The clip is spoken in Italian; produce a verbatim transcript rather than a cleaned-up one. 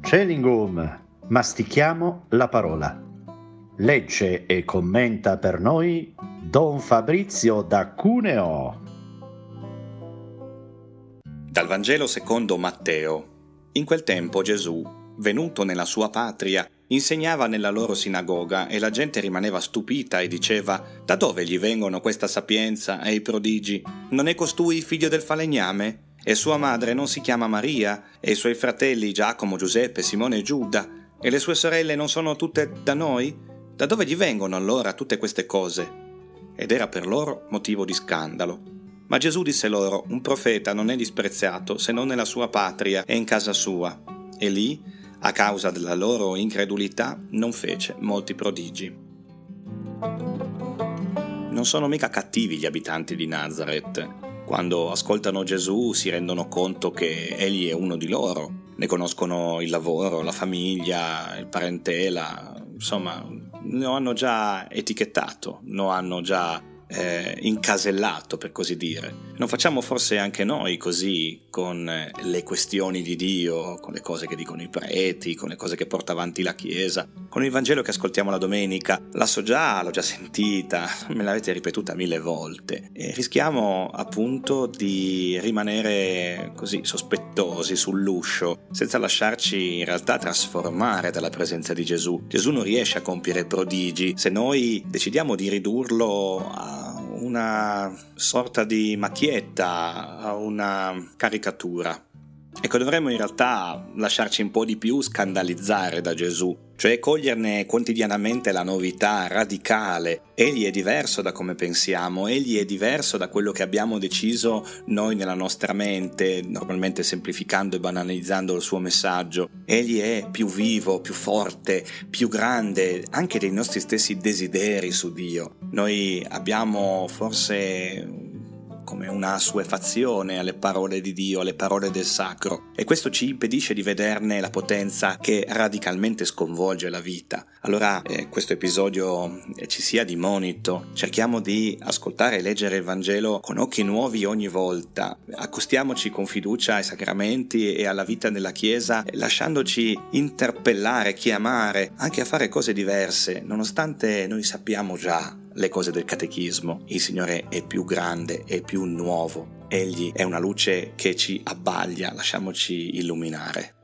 Celingum, mastichiamo la parola. Legge e commenta per noi Don Fabrizio da Cuneo. Dal Vangelo secondo Matteo. In quel tempo Gesù, venuto nella sua patria, insegnava nella loro sinagoga e la gente rimaneva stupita e diceva: da dove gli vengono questa sapienza e i prodigi? Non è costui figlio del falegname? E sua madre non si chiama Maria? E i suoi fratelli Giacomo, Giuseppe, Simone e Giuda? E le sue sorelle non sono tutte da noi? Da dove gli vengono allora tutte queste cose? Ed era per loro motivo di scandalo. Ma Gesù disse loro: un profeta non è disprezzato se non nella sua patria e in casa sua. E lì, a causa della loro incredulità, non fece molti prodigi. Non sono mica cattivi gli abitanti di Nazareth. Quando ascoltano Gesù si rendono conto che egli è uno di loro. Ne conoscono il lavoro, la famiglia, il parentela, insomma, lo hanno già etichettato, lo hanno già eh, incasellato, per così dire. Non facciamo forse anche noi così con le questioni di Dio, con le cose che dicono i preti, con le cose che porta avanti la Chiesa, con il Vangelo che ascoltiamo la domenica? La so già, l'ho già sentita, me l'avete ripetuta mille volte e rischiamo appunto di rimanere così sospettosi sull'uscio, senza lasciarci in realtà trasformare dalla presenza di Gesù. Gesù non riesce a compiere prodigi se noi decidiamo di ridurlo a una sorta di macchietta, a una caricatura. Ecco, dovremmo in realtà lasciarci un po' di più scandalizzare da Gesù, cioè coglierne quotidianamente la novità radicale. Egli è diverso da come pensiamo, egli è diverso da quello che abbiamo deciso noi nella nostra mente, normalmente semplificando e banalizzando il suo messaggio. Egli è più vivo, più forte, più grande, anche dei nostri stessi desideri su Dio. Noi abbiamo forse come una assuefazione alle parole di Dio, alle parole del sacro, e questo ci impedisce di vederne la potenza che radicalmente sconvolge la vita. Allora eh, questo episodio eh, ci sia di monito, cerchiamo di ascoltare e leggere il Vangelo con occhi nuovi ogni volta, accostiamoci con fiducia ai sacramenti e alla vita della Chiesa, lasciandoci interpellare, chiamare, anche a fare cose diverse, nonostante noi sappiamo già le cose del catechismo. Il Signore è più grande, è più nuovo. Egli è una luce che ci abbaglia, lasciamoci illuminare.